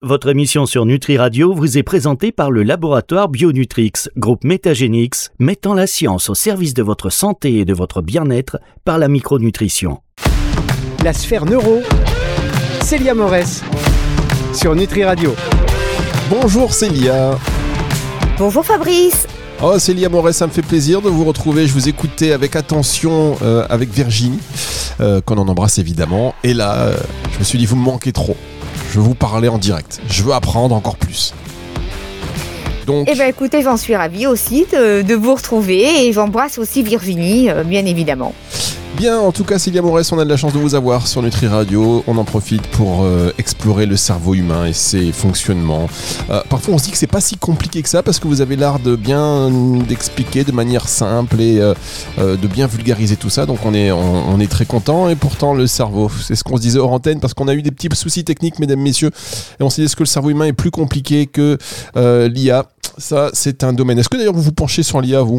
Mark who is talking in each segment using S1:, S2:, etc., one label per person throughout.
S1: Votre émission sur Nutri Radio vous est présentée par le laboratoire Bionutrix, groupe Métagénix, mettant la science au service de votre santé et de votre bien-être par la micronutrition.
S2: La sphère neuro, Célia Morès, sur Nutri Radio.
S3: Bonjour Célia.
S4: Bonjour Fabrice.
S3: Oh Célia Morès, ça me fait plaisir de vous retrouver. Je vous écoutais avec attention avec Virginie, qu'on en embrasse évidemment. Et là, je me suis dit, vous me manquez trop. Je veux vous parler en direct. Je veux apprendre encore plus. Donc...
S4: Eh bien écoutez, j'en suis ravie aussi de vous retrouver et j'embrasse aussi Virginie, bien évidemment.
S3: Bien, en tout cas, Célia Morès, on a de la chance de vous avoir sur Nutri Radio. On en profite pour explorer le cerveau humain et ses fonctionnements. Parfois, on se dit que c'est pas si compliqué que ça parce que vous avez l'art de bien d'expliquer de manière simple et de bien vulgariser tout ça. Donc, on est très content. Et pourtant, le cerveau, c'est ce qu'on se disait hors antenne parce qu'on a eu des petits soucis techniques, mesdames, messieurs. Et on s'est dit que le cerveau humain est plus compliqué que l'IA. Ça, c'est un domaine. Est-ce que d'ailleurs vous vous penchez sur l'IA, vous ?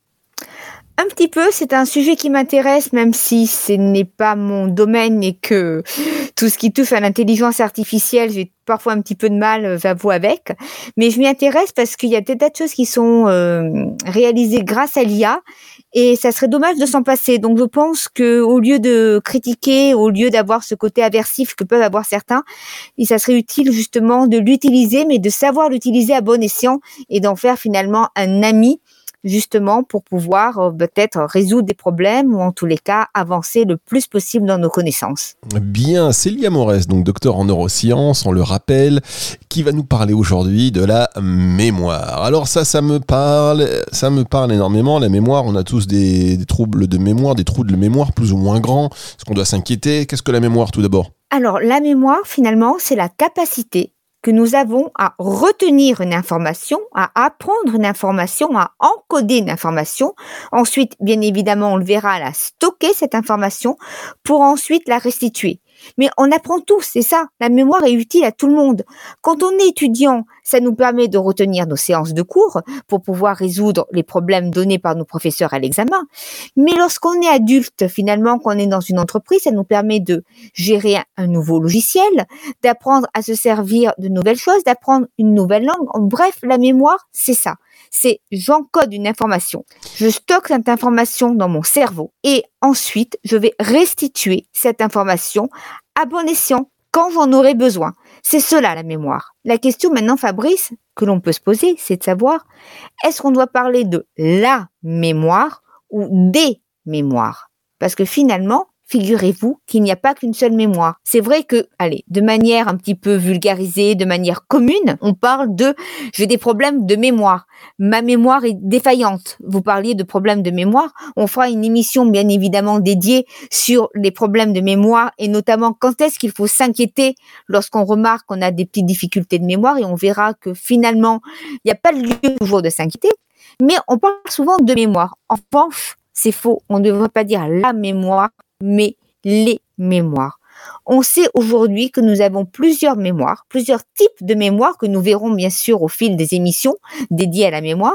S4: Un petit peu, c'est un sujet qui m'intéresse, même si ce n'est pas mon domaine et que tout ce qui touche à l'intelligence artificielle, j'ai parfois un petit peu de mal, j'avoue, avec. Mais je m'y intéresse parce qu'il y a des tas de choses qui sont réalisées grâce à l'IA et ça serait dommage de s'en passer. Donc je pense qu'au lieu de critiquer, au lieu d'avoir ce côté aversif que peuvent avoir certains, ça serait utile justement de l'utiliser, mais de savoir l'utiliser à bon escient et d'en faire finalement un ami, justement pour pouvoir peut-être résoudre des problèmes ou en tous les cas avancer le plus possible dans nos connaissances.
S3: Bien, Célia Morès, donc docteur en neurosciences, on le rappelle, qui va nous parler aujourd'hui de la mémoire. Alors ça me parle énormément. La mémoire, on a tous des troubles de mémoire, des trous de mémoire plus ou moins grands. Est-ce qu'on doit s'inquiéter ? Qu'est-ce que la mémoire tout d'abord ?
S4: Alors la mémoire finalement c'est la capacité que nous avons à retenir une information, à apprendre une information, à encoder une information. Ensuite, bien évidemment, on le verra, à la stocker cette information pour ensuite la restituer. Mais on apprend tous, c'est ça. La mémoire est utile à tout le monde. Quand on est étudiant, ça nous permet de retenir nos séances de cours pour pouvoir résoudre les problèmes donnés par nos professeurs à l'examen. Mais lorsqu'on est adulte, finalement, qu'on est dans une entreprise, ça nous permet de gérer un nouveau logiciel, d'apprendre à se servir de nouvelles choses, d'apprendre une nouvelle langue. Bref, la mémoire, c'est ça. C'est j'encode une information, je stocke cette information dans mon cerveau et ensuite je vais restituer cette information à bon escient quand j'en aurai besoin. C'est cela la mémoire. La question maintenant, Fabrice, que l'on peut se poser, c'est de savoir est-ce qu'on doit parler de la mémoire ou des mémoires ? Parce que finalement, figurez-vous qu'il n'y a pas qu'une seule mémoire. C'est vrai que, de manière un petit peu vulgarisée, de manière commune, on parle de « j'ai des problèmes de mémoire ». Ma mémoire est défaillante. Vous parliez de problèmes de mémoire. On fera une émission bien évidemment dédiée sur les problèmes de mémoire et notamment quand est-ce qu'il faut s'inquiéter lorsqu'on remarque qu'on a des petites difficultés de mémoire et on verra que finalement, il n'y a pas lieu toujours de s'inquiéter. Mais on parle souvent de mémoire. En revanche, c'est faux. On ne devrait pas dire la mémoire, mais les mémoires. On sait aujourd'hui que nous avons plusieurs mémoires, plusieurs types de mémoires que nous verrons bien sûr au fil des émissions dédiées à la mémoire.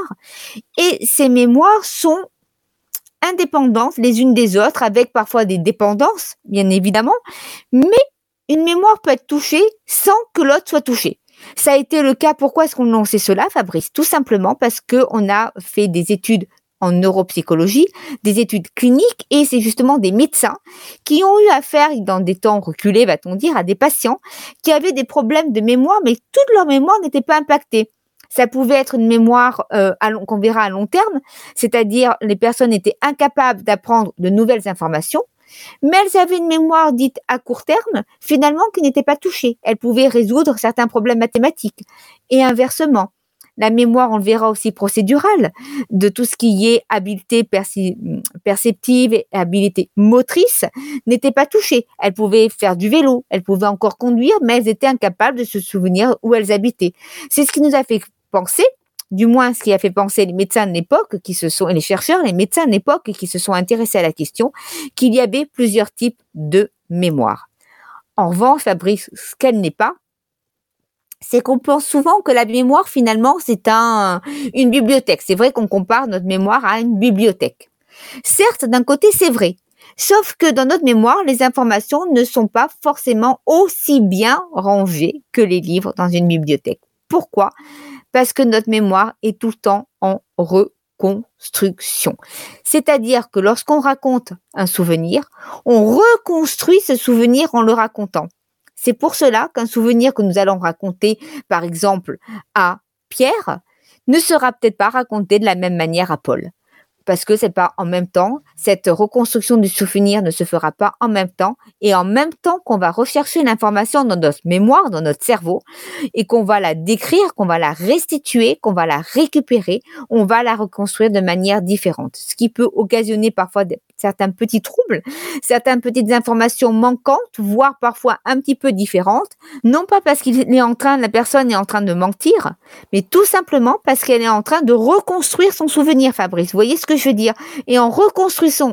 S4: Et ces mémoires sont indépendantes les unes des autres, avec parfois des dépendances, bien évidemment, mais une mémoire peut être touchée sans que l'autre soit touchée. Ça a été le cas, pourquoi est-ce qu'on sait cela, Fabrice ? Tout simplement parce qu'on a fait des études en neuropsychologie, des études cliniques, et c'est justement des médecins qui ont eu affaire, dans des temps reculés, va-t-on dire, à des patients qui avaient des problèmes de mémoire, mais toute leur mémoire n'était pas impactée. Ça pouvait être une mémoire qu'on verra à long terme, c'est-à-dire les personnes étaient incapables d'apprendre de nouvelles informations, mais elles avaient une mémoire dite à court terme, finalement, qui n'était pas touchée. Elles pouvaient résoudre certains problèmes mathématiques. Et inversement, la mémoire, on le verra aussi procédurale, de tout ce qui est habileté perceptive et habileté motrice, n'était pas touchée. Elles pouvaient faire du vélo, elles pouvaient encore conduire, mais elles étaient incapables de se souvenir où elles habitaient. C'est ce qui nous a fait penser, du moins ce qui a fait penser les médecins de l'époque, et les chercheurs, les médecins de l'époque qui se sont intéressés à la question, qu'il y avait plusieurs types de mémoire. En revanche, Fabrice, ce qu'elle n'est pas, c'est qu'on pense souvent que la mémoire, finalement, c'est une bibliothèque. C'est vrai qu'on compare notre mémoire à une bibliothèque. Certes, d'un côté, c'est vrai. Sauf que dans notre mémoire, les informations ne sont pas forcément aussi bien rangées que les livres dans une bibliothèque. Pourquoi ? Parce que notre mémoire est tout le temps en reconstruction. C'est-à-dire que lorsqu'on raconte un souvenir, on reconstruit ce souvenir en le racontant. C'est pour cela qu'un souvenir que nous allons raconter, par exemple, à Pierre, ne sera peut-être pas raconté de la même manière à Paul. Parce que c'est pas en même temps, cette reconstruction du souvenir ne se fera pas en même temps, et en même temps qu'on va rechercher l'information dans notre mémoire, dans notre cerveau, et qu'on va la décrire, qu'on va la restituer, qu'on va la récupérer, on va la reconstruire de manière différente. Ce qui peut occasionner parfois certains petits troubles, certaines petites informations manquantes, voire parfois un petit peu différentes, non pas parce la personne est en train de mentir, mais tout simplement parce qu'elle est en train de reconstruire son souvenir, Fabrice. Vous voyez ce que je veux dire? Et en reconstruisant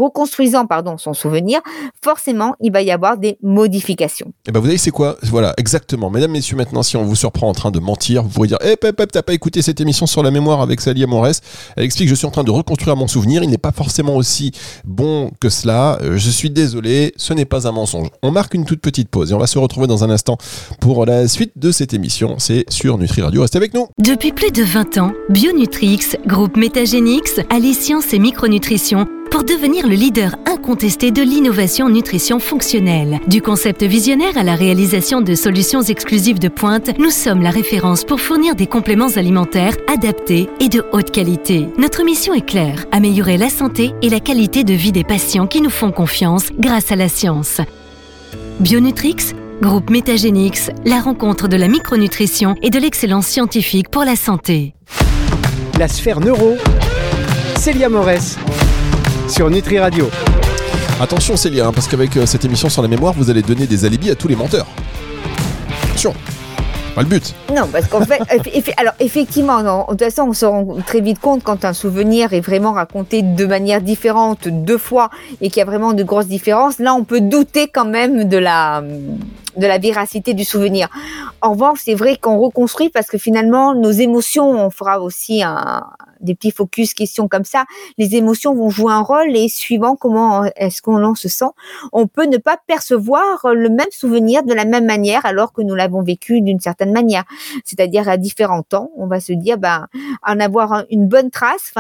S4: son souvenir, forcément, il va y avoir des modifications.
S3: Et ben vous savez c'est quoi? Voilà, exactement. Mesdames, messieurs, maintenant, si on vous surprend en train de mentir, vous pourrez dire t'as pas écouté cette émission sur la mémoire avec Célia Morès. Elle explique je suis en train de reconstruire mon souvenir. Il n'est pas forcément aussi bon que cela. Je suis désolé, ce n'est pas un mensonge. On marque une toute petite pause et on va se retrouver dans un instant pour la suite de cette émission. C'est sur Nutri Radio. Restez avec nous.
S5: Depuis plus de 20 ans, Bionutrix, groupe Métagénix, allie science et micronutrition pour devenir le leader incontesté de l'innovation nutrition fonctionnelle. Du concept visionnaire à la réalisation de solutions exclusives de pointe, nous sommes la référence pour fournir des compléments alimentaires adaptés et de haute qualité. Notre mission est claire, améliorer la santé et la qualité de vie des patients qui nous font confiance grâce à la science. Bionutrix, groupe Métagénix, la rencontre de la micronutrition et de l'excellence scientifique pour la santé.
S2: La sphère neuro, Célia Morès sur Nutri Radio.
S3: Attention Célia, parce qu'avec cette émission sur la mémoire, vous allez donner des alibis à tous les menteurs. Attention, pas le but.
S4: Non, parce qu'en fait, alors effectivement, de toute façon, on se rend très vite compte quand un souvenir est vraiment raconté de manière différente 2 fois et qu'il y a vraiment de grosses différences. Là, on peut douter quand même de la véracité du souvenir. En revanche, c'est vrai qu'on reconstruit parce que finalement, nos émotions, on fera aussi des petits focus questions comme ça, les émotions vont jouer un rôle et suivant comment est-ce qu'on se sent, on peut ne pas percevoir le même souvenir de la même manière alors que nous l'avons vécu d'une certaine manière. C'est-à-dire à différents temps, on va se dire, en avoir une bonne trace,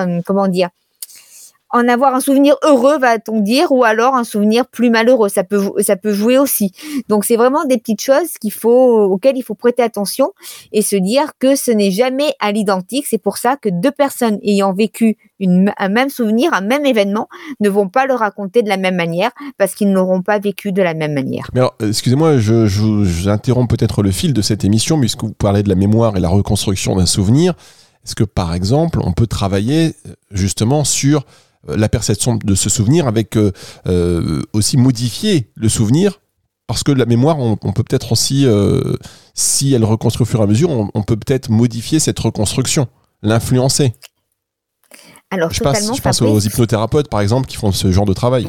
S4: en avoir un souvenir heureux, va-t-on dire, ou alors un souvenir plus malheureux. Ça peut jouer aussi. Donc, c'est vraiment des petites choses auxquelles il faut prêter attention et se dire que ce n'est jamais à l'identique. C'est pour ça que 2 personnes ayant vécu un même souvenir, un même événement, ne vont pas le raconter de la même manière parce qu'ils n'auront pas vécu de la même manière.
S3: Mais alors, excusez-moi, j'interromps peut-être le fil de cette émission puisque vous parlez de la mémoire et la reconstruction d'un souvenir. Est-ce que, par exemple, on peut travailler justement sur la perception de ce souvenir avec aussi modifier le souvenir parce que la mémoire on peut peut-être aussi si elle reconstruit au fur et à mesure on peut peut-être modifier cette reconstruction, l'influencer.
S4: Alors,
S3: je pense aux hypnothérapeutes par exemple qui font ce genre de travail.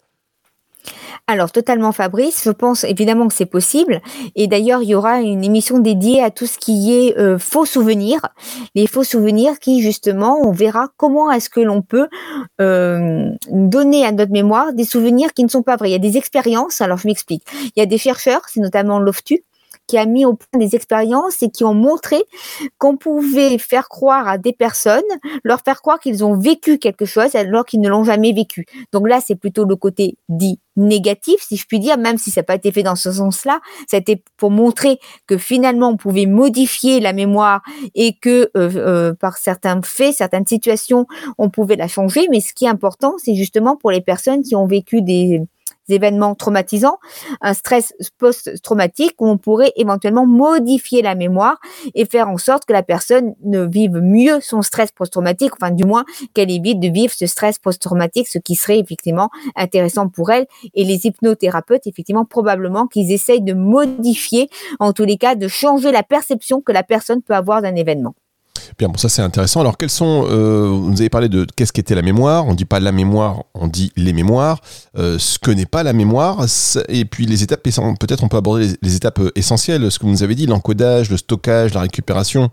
S4: Alors, totalement Fabrice, je pense évidemment que c'est possible. Et d'ailleurs, il y aura une émission dédiée à tout ce qui est faux souvenirs. Les faux souvenirs qui, justement, on verra comment est-ce que l'on peut donner à notre mémoire des souvenirs qui ne sont pas vrais. Il y a des expériences, alors je m'explique. Il y a des chercheurs, c'est notamment Loftu, qui a mis au point des expériences et qui ont montré qu'on pouvait faire croire à des personnes, leur faire croire qu'ils ont vécu quelque chose alors qu'ils ne l'ont jamais vécu. Donc là, c'est plutôt le côté dit négatif, si je puis dire, même si ça n'a pas été fait dans ce sens-là. Ça a été pour montrer que finalement, on pouvait modifier la mémoire et que par certains faits, certaines situations, on pouvait la changer. Mais ce qui est important, c'est justement pour les personnes qui ont vécu des événements traumatisants, un stress post-traumatique où on pourrait éventuellement modifier la mémoire et faire en sorte que la personne ne vive mieux son stress post-traumatique, enfin du moins qu'elle évite de vivre ce stress post-traumatique, ce qui serait effectivement intéressant pour elle. Et les hypnothérapeutes, effectivement, probablement qu'ils essayent de modifier, en tous les cas, de changer la perception que la personne peut avoir d'un événement.
S3: Bien, bon, ça c'est intéressant. Alors, quels sont, vous avez parlé de qu'est-ce qu'était la mémoire. On ne dit pas la mémoire, on dit les mémoires. Ce que n'est pas la mémoire. Et puis les étapes, peut-être on peut aborder les étapes essentielles. Ce que vous nous avez dit, l'encodage, le stockage, la récupération.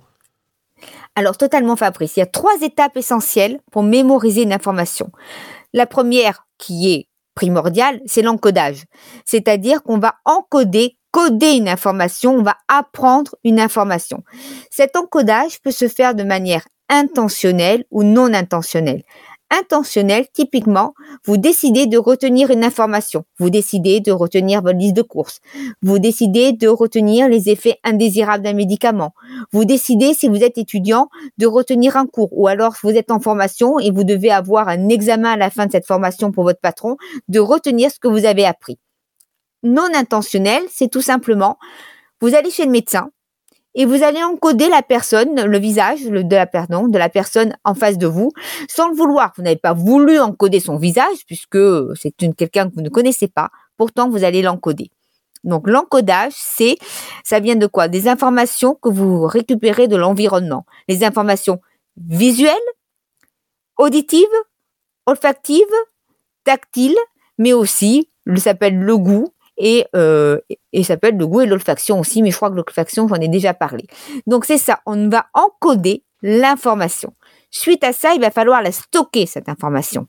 S4: Alors, totalement Fabrice. Il y a 3 étapes essentielles pour mémoriser une information. La première, qui est primordial, c'est l'encodage. C'est-à-dire qu'on va coder une information, on va apprendre une information. Cet encodage peut se faire de manière intentionnelle ou non intentionnelle. Intentionnelle, typiquement, vous décidez de retenir une information, vous décidez de retenir votre liste de courses, vous décidez de retenir les effets indésirables d'un médicament, vous décidez, si vous êtes étudiant, de retenir un cours, ou alors vous êtes en formation et vous devez avoir un examen à la fin de cette formation pour votre patron, de retenir ce que vous avez appris. Non intentionnel, c'est tout simplement, vous allez chez le médecin, et vous allez encoder la personne, le visage de la personne en face de vous, sans le vouloir. Vous n'avez pas voulu encoder son visage, puisque c'est quelqu'un que vous ne connaissez pas. Pourtant, vous allez l'encoder. Donc, l'encodage, ça vient de quoi? Des informations que vous récupérez de l'environnement. Les informations visuelles, auditives, olfactives, tactiles, mais aussi, ça s'appelle le goût, et ça s'appelle le goût et l'olfaction aussi, mais je crois que l'olfaction, j'en ai déjà parlé. Donc c'est ça, on va encoder l'information. Suite à ça, il va falloir la stocker, cette information.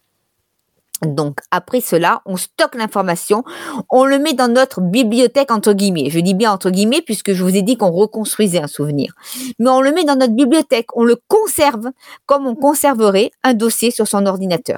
S4: Donc après cela, on stocke l'information, on le met dans notre bibliothèque entre guillemets. Je dis bien entre guillemets puisque je vous ai dit qu'on reconstruisait un souvenir. Mais on le met dans notre bibliothèque, on le conserve comme on conserverait un dossier sur son ordinateur.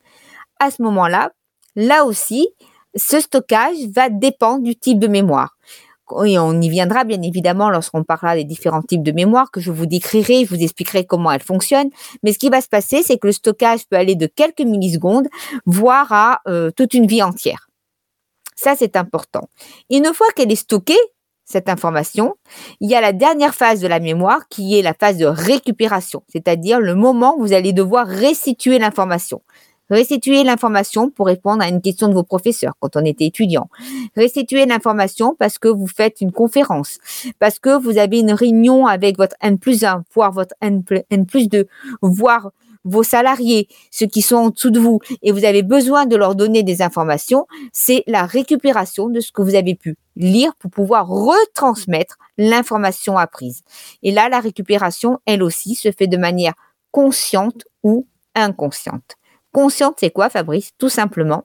S4: À ce moment-là, là aussi, ce stockage va dépendre du type de mémoire. Et on y viendra bien évidemment lorsqu'on parlera des différents types de mémoire que je vous décrirai, je vous expliquerai comment elles fonctionnent. Mais ce qui va se passer, c'est que le stockage peut aller de quelques millisecondes, voire à toute une vie entière. Ça, c'est important. Une fois qu'elle est stockée, cette information, il y a la dernière phase de la mémoire qui est la phase de récupération, c'est-à-dire le moment où vous allez devoir restituer l'information. Restituer l'information pour répondre à une question de vos professeurs quand on était étudiant. Restituer l'information parce que vous faites une conférence, parce que vous avez une réunion avec votre N+1, voire votre N+2, voire vos salariés, ceux qui sont en dessous de vous, et vous avez besoin de leur donner des informations. C'est la récupération de ce que vous avez pu lire pour pouvoir retransmettre l'information apprise. Et là, la récupération, elle aussi, se fait de manière consciente ou inconsciente. Consciente, c'est quoi, Fabrice? Tout simplement,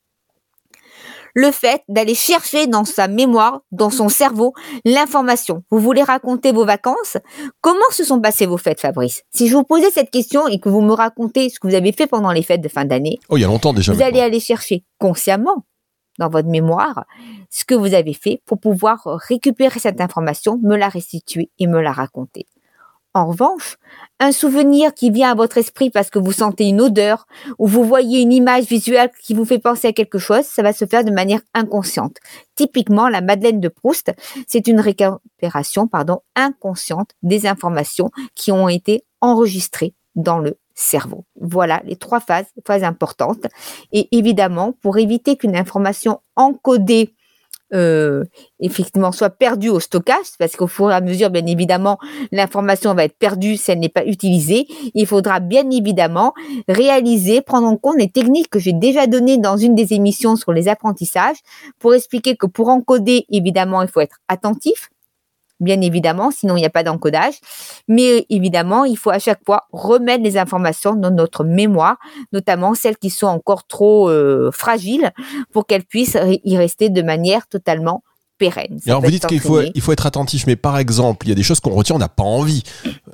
S4: le fait d'aller chercher dans sa mémoire, dans son cerveau, l'information. Vous voulez raconter vos vacances? Comment se sont passées vos fêtes, Fabrice? Si je vous posais cette question et que vous me racontez ce que vous avez fait pendant les fêtes de fin d'année,
S3: il y a longtemps déjà.
S4: Vous allez aller chercher consciemment dans votre mémoire ce que vous avez fait pour pouvoir récupérer cette information, me la restituer et me la raconter. En revanche, un souvenir qui vient à votre esprit parce que vous sentez une odeur ou vous voyez une image visuelle qui vous fait penser à quelque chose, ça va se faire de manière inconsciente. Typiquement, la Madeleine de Proust, c'est une récupération, inconsciente des informations qui ont été enregistrées dans le cerveau. Voilà les trois phases importantes. Et évidemment, pour éviter qu'une information encodée effectivement soit perdue au stockage, parce qu'au fur et à mesure, bien évidemment, l'information va être perdue si elle n'est pas utilisée. Il faudra bien évidemment prendre en compte les techniques que j'ai déjà données dans une des émissions sur les apprentissages pour expliquer que pour encoder, évidemment, il faut être attentif. Bien évidemment, sinon il n'y a pas d'encodage. Mais évidemment, il faut à chaque fois remettre les informations dans notre mémoire, notamment celles qui sont encore trop fragiles pour qu'elles puissent y rester de manière totalement pérenne.
S3: Alors vous dites qu'il faut être attentif, mais par exemple, il y a des choses qu'on retient, on n'a pas envie,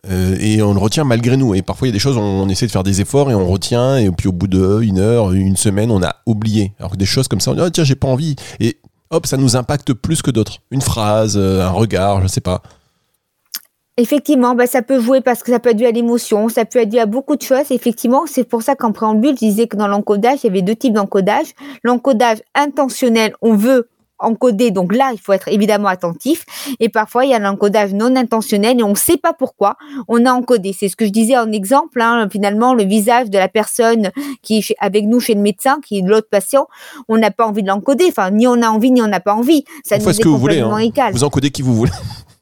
S3: et on le retient malgré nous. Et parfois, il y a des choses, on essaie de faire des efforts et on retient, et puis au bout d'une heure, une semaine, on a oublié. Alors que des choses comme ça, on dit « tiens, j'ai pas envie ». Et hop, ça nous impacte plus que d'autres. Une phrase, un regard, je sais pas.
S4: Effectivement, ça peut jouer parce que ça peut être dû à l'émotion, ça peut être dû à beaucoup de choses. Effectivement, c'est pour ça qu'en préambule, je disais que dans l'encodage, il y avait deux types d'encodage. L'encodage intentionnel, on veut encoder, donc là, il faut être évidemment attentif. Et parfois, il y a l'encodage non intentionnel et on ne sait pas pourquoi on a encodé. C'est ce que je disais en exemple, finalement, le visage de la personne qui est avec nous chez le médecin, qui est l'autre patient, on n'a pas envie de l'encoder. Enfin, ni on a envie, ni on n'a pas envie. Ça nous est complètement égal.
S3: Vous encodez qui vous voulez.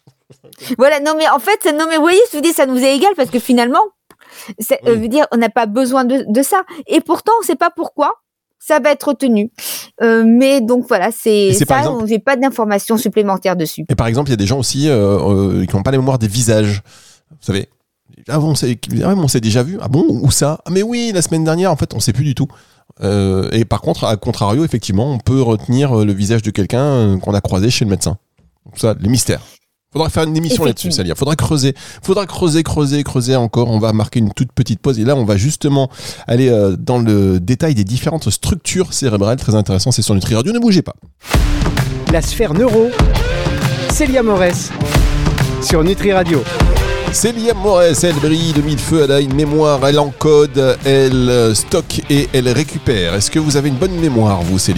S4: Voilà, non mais vous voyez, je vous dis, ça nous est égal parce que finalement, veut dire, on n'a pas besoin de ça. Et pourtant, on ne sait pas pourquoi. Ça va être retenu. Mais donc voilà, c'est ça, j'ai pas d'informations supplémentaires dessus.
S3: Et par exemple, il y a des gens aussi qui n'ont pas la mémoire des visages. Vous savez, on s'est déjà vu. Ah bon, où ça? Ah mais oui, la semaine dernière, en fait, on sait plus du tout. Et par contre, à contrario, effectivement, on peut retenir le visage de quelqu'un qu'on a croisé chez le médecin. Ça, les mystères. Faudra faire une émission là-dessus, Célia. Faudra creuser encore. On va marquer une toute petite pause et là, on va justement aller dans le détail des différentes structures cérébrales. Très intéressant, c'est sur Nutri Radio. Ne bougez pas.
S2: La sphère neuro, Célia Morès sur Nutri Radio.
S3: Célia Morès, elle brille de mille feux, elle a une mémoire, elle encode, elle stocke et elle récupère. Est-ce que vous avez une bonne mémoire, vous, Célia ?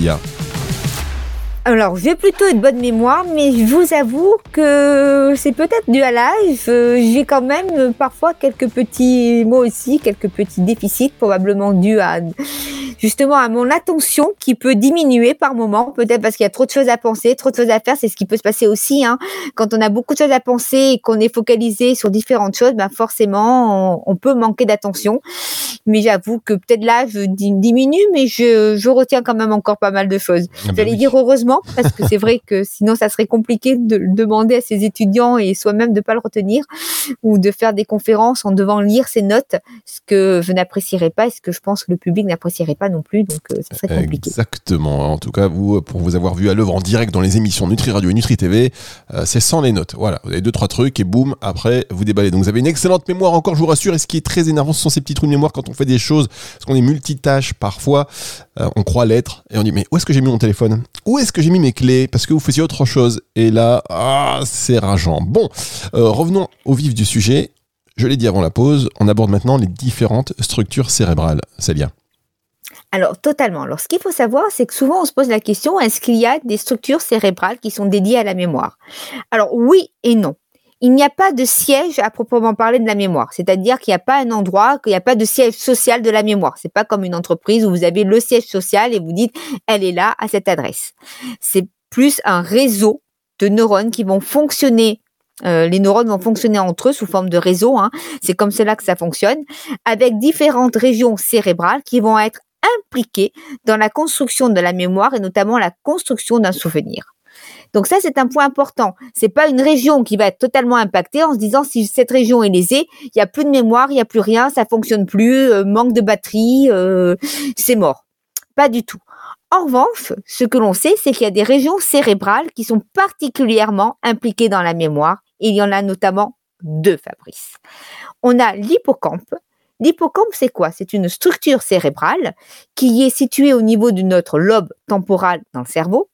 S4: Alors, j'ai plutôt une bonne mémoire, mais je vous avoue que c'est peut-être dû à l'âge. J'ai quand même parfois quelques petits mots aussi, quelques petits déficits, probablement dus à justement à mon attention qui peut diminuer par moment, peut-être parce qu'il y a trop de choses à penser, trop de choses à faire. C'est ce qui peut se passer aussi, hein. Quand on a beaucoup de choses à penser et qu'on est focalisé sur différentes choses, ben forcément, on peut manquer d'attention. Mais j'avoue que peut-être l'âge diminue, mais je retiens quand même encore pas mal de choses. J'allais dire heureusement, parce que c'est vrai que sinon ça serait compliqué de demander à ses étudiants et soi-même de pas le retenir ou de faire des conférences en devant lire ses notes, ce que je n'apprécierais pas et ce que je pense que le public n'apprécierait pas non plus, donc ça serait compliqué.
S3: Exactement. En tout cas, vous, pour vous avoir vu à l'œuvre en direct dans les émissions Nutri Radio et Nutri TV, c'est sans les notes. Voilà, vous avez 2-3 trucs et boum, après vous déballez. Donc vous avez une excellente mémoire encore, je vous rassure. Et ce qui est très énervant, ce sont ces petits trous de mémoire quand on fait des choses, parce qu'on est multitâche parfois. On croit l'être et on dit mais où est-ce que j'ai mis mon téléphone ? Où est-ce que j'ai mis mes clés ? Parce que vous faisiez autre chose. Et là, c'est rageant. Bon, revenons au vif du sujet. Je l'ai dit avant la pause, on aborde maintenant les différentes structures cérébrales. Célia.
S4: Alors, totalement. Alors, ce qu'il faut savoir, c'est que souvent, on se pose la question, est-ce qu'il y a des structures cérébrales qui sont dédiées à la mémoire ? Alors, oui et non. Il n'y a pas de siège à proprement parler de la mémoire. C'est-à-dire qu'il n'y a pas un endroit, qu'il n'y a pas de siège social de la mémoire. C'est pas comme une entreprise où vous avez le siège social et vous dites, elle est là, à cette adresse. C'est plus un réseau de neurones qui vont fonctionner. Les neurones vont fonctionner entre eux sous forme de réseau, hein. C'est comme cela que ça fonctionne, avec différentes régions cérébrales qui vont être impliquées dans la construction de la mémoire et notamment la construction d'un souvenir. Donc ça, c'est un point important. C'est pas une région qui va être totalement impactée en se disant si cette région est lésée, il y a plus de mémoire, il y a plus rien, ça fonctionne plus, manque de batterie, c'est mort. Pas du tout. En revanche, ce que l'on sait, c'est qu'il y a des régions cérébrales qui sont particulièrement impliquées dans la mémoire. Et il y en a notamment 2, Fabrice. On a l'hippocampe. L'hippocampe, c'est quoi ? C'est une structure cérébrale qui est située au niveau de notre lobe temporal dans le cerveau.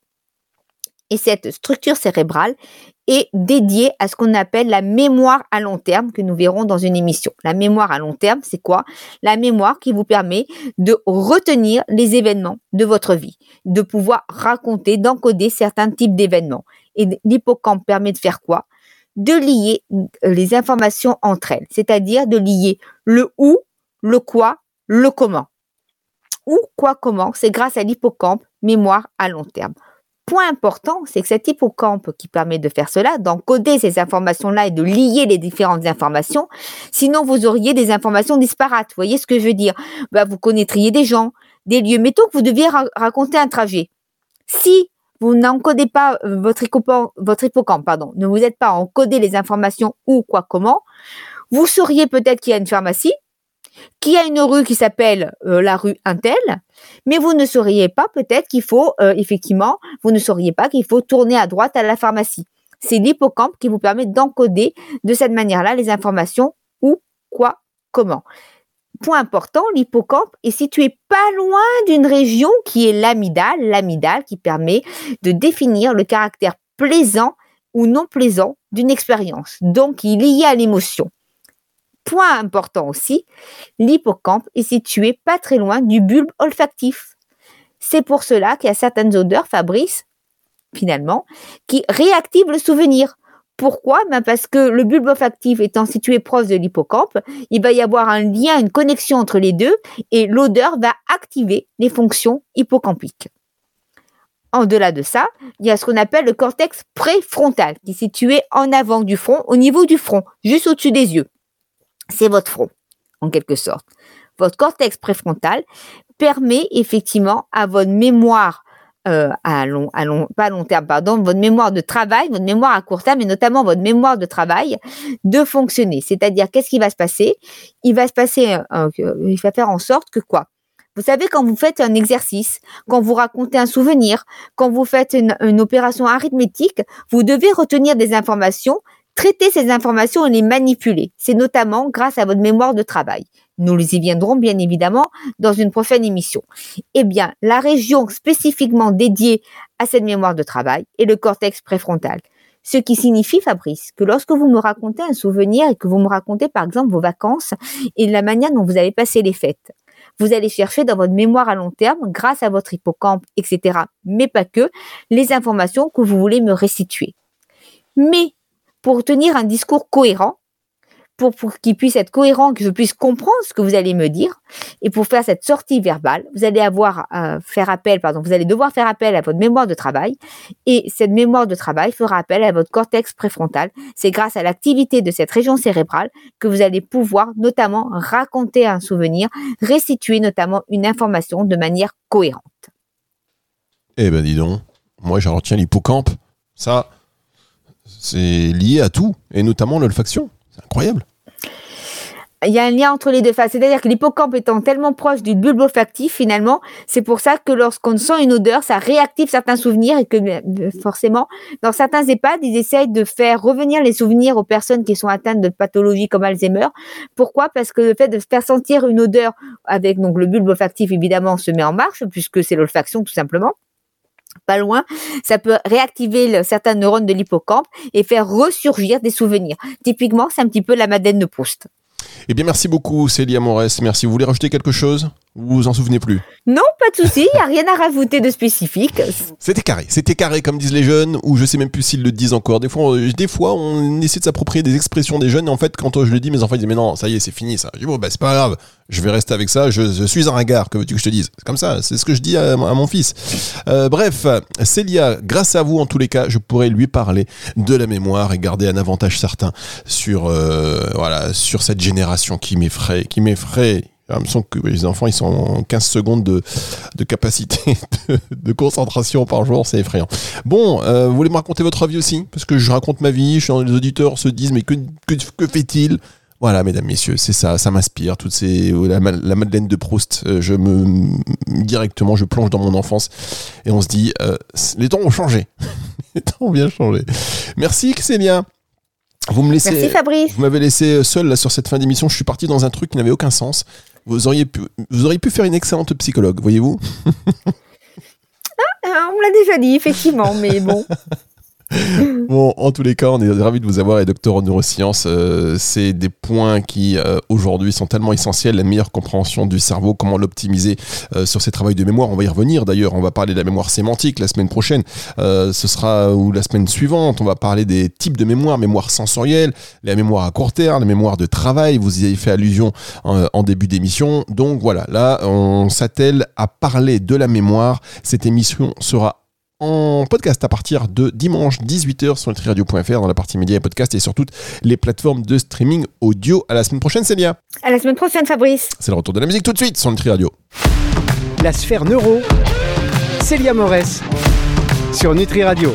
S4: Et cette structure cérébrale est dédiée à ce qu'on appelle la mémoire à long terme que nous verrons dans une émission. La mémoire à long terme, c'est quoi ? La mémoire qui vous permet de retenir les événements de votre vie, de pouvoir raconter, d'encoder certains types d'événements. Et l'hippocampe permet de faire quoi ? De lier les informations entre elles, c'est-à-dire de lier le où, le quoi, le comment. Où, quoi, comment, c'est grâce à l'hippocampe, mémoire à long terme. Point important, c'est que cet hippocampe qui permet de faire cela, d'encoder ces informations-là et de lier les différentes informations, sinon vous auriez des informations disparates. Vous voyez ce que je veux dire ? Vous connaîtriez des gens, des lieux. Mettons que vous deviez raconter un trajet. Si vous n'encodez pas votre hippocampe, ne vous êtes pas à encoder les informations où, quoi, comment, vous sauriez peut-être qu'il y a une pharmacie, qu'il y a une rue qui s'appelle la rue Untel, mais vous ne sauriez pas peut-être qu'il faut, vous ne sauriez pas qu'il faut tourner à droite à la pharmacie. C'est l'hippocampe qui vous permet d'encoder de cette manière-là les informations où, quoi, comment. Point important, l'hippocampe est situé pas loin d'une région qui est l'amygdale qui permet de définir le caractère plaisant ou non plaisant d'une expérience. Donc, il est lié à l'émotion. Point important aussi, l'hippocampe est situé pas très loin du bulbe olfactif. C'est pour cela qu'il y a certaines odeurs, Fabrice, finalement, qui réactivent le souvenir. Pourquoi ? Parce que le bulbe olfactif étant situé proche de l'hippocampe, il va y avoir un lien, une connexion entre les deux et l'odeur va activer les fonctions hippocampiques. En-delà de ça, il y a ce qu'on appelle le cortex préfrontal qui est situé en avant du front, au niveau du front, juste au-dessus des yeux. C'est votre front, en quelque sorte. Votre cortex préfrontal permet effectivement à votre mémoire pas à long terme, votre mémoire de travail, votre mémoire à court terme et notamment votre mémoire de travail de fonctionner. C'est-à-dire, qu'est-ce qui va se passer ? Il va faire en sorte que quoi ? Vous savez, quand vous faites un exercice, quand vous racontez un souvenir, quand vous faites une opération arithmétique, vous devez retenir des informations, traiter ces informations et les manipuler. C'est notamment grâce à votre mémoire de travail. Nous y viendrons bien évidemment dans une prochaine émission. Eh bien, la région spécifiquement dédiée à cette mémoire de travail est le cortex préfrontal. Ce qui signifie, Fabrice, que lorsque vous me racontez un souvenir et que vous me racontez par exemple vos vacances et la manière dont vous avez passé les fêtes, vous allez chercher dans votre mémoire à long terme, grâce à votre hippocampe, etc., mais pas que, les informations que vous voulez me restituer. Mais pour tenir un discours cohérent, pour qu'il puisse être cohérent, que je puisse comprendre ce que vous allez me dire, et pour faire cette sortie verbale, vous allez devoir faire appel à votre mémoire de travail, et cette mémoire de travail fera appel à votre cortex préfrontal. C'est grâce à l'activité de cette région cérébrale que vous allez pouvoir notamment raconter un souvenir, restituer notamment une information de manière cohérente.
S3: Eh ben dis donc, moi j'en retiens l'hippocampe, ça c'est lié à tout, et notamment l'olfaction. C'est incroyable.
S4: Il y a un lien entre les deux phases, c'est-à-dire que l'hippocampe étant tellement proche du bulbe olfactif, finalement, c'est pour ça que lorsqu'on sent une odeur, ça réactive certains souvenirs et que forcément, dans certains EHPAD, ils essayent de faire revenir les souvenirs aux personnes qui sont atteintes de pathologies comme Alzheimer. Pourquoi ? Parce que le fait de faire sentir une odeur avec donc le bulbe olfactif, évidemment, se met en marche, puisque c'est l'olfaction tout simplement. Pas loin, ça peut réactiver certains neurones de l'hippocampe et faire ressurgir des souvenirs. Typiquement, c'est un petit peu la Madeleine de Proust.
S3: Eh bien, merci beaucoup, Célia Morès. Merci. Vous voulez rajouter quelque chose ? Vous vous en souvenez plus ?
S4: Non, pas de souci. Il n'y a rien à rajouter de spécifique.
S3: C'était carré, comme disent les jeunes, ou je sais même plus s'ils le disent encore. Des fois, on essaie de s'approprier des expressions des jeunes, et en fait, quand je le dis, mes enfants ils disent mais non, ça y est, c'est fini ça. Je dis bon, c'est pas grave, je vais rester avec ça, je suis un ringard, que veux-tu que je te dise ? C'est comme ça, c'est ce que je dis à mon fils. Bref, Célia, grâce à vous, en tous les cas, je pourrais lui parler de la mémoire et garder un avantage certain sur cette génération qui m'effraie. J'ai l'impression que les enfants, ils sont en 15 secondes de capacité de concentration par jour, c'est effrayant. Bon, vous voulez me raconter votre avis aussi ? Parce que je raconte ma vie, les auditeurs se disent, mais que fait-il ? Voilà, mesdames, messieurs, c'est ça m'inspire, la Madeleine de Proust, directement, je plonge dans mon enfance, et on se dit, les temps ont changé. Les temps ont bien changé. Merci, Célia.
S4: Merci Fabrice.
S3: Vous m'avez laissé seul là sur cette fin d'émission. Je suis parti dans un truc qui n'avait aucun sens. Vous auriez pu faire une excellente psychologue, voyez-vous.
S4: On me l'a déjà dit, effectivement, mais bon.
S3: Bon, en tous les cas, on est ravis de vous avoir, et docteur en neurosciences. C'est des points qui, aujourd'hui, sont tellement essentiels. La meilleure compréhension du cerveau, comment l'optimiser sur ces travaux de mémoire. On va y revenir d'ailleurs. On va parler de la mémoire sémantique la semaine prochaine. Ou la semaine suivante. On va parler des types de mémoire sensorielle, la mémoire à court terme, la mémoire de travail. Vous y avez fait allusion en début d'émission. Donc voilà, là, on s'attelle à parler de la mémoire. Cette émission sera en podcast à partir de dimanche 18h sur nutriradio.fr dans la partie médias et podcast et sur toutes les plateformes de streaming audio. À la semaine prochaine, Célia.
S4: À la semaine prochaine, Fabrice.
S3: C'est le retour de la musique tout de suite sur Nutri Radio.
S2: La sphère neuro, Célia Morès sur Nutri Radio.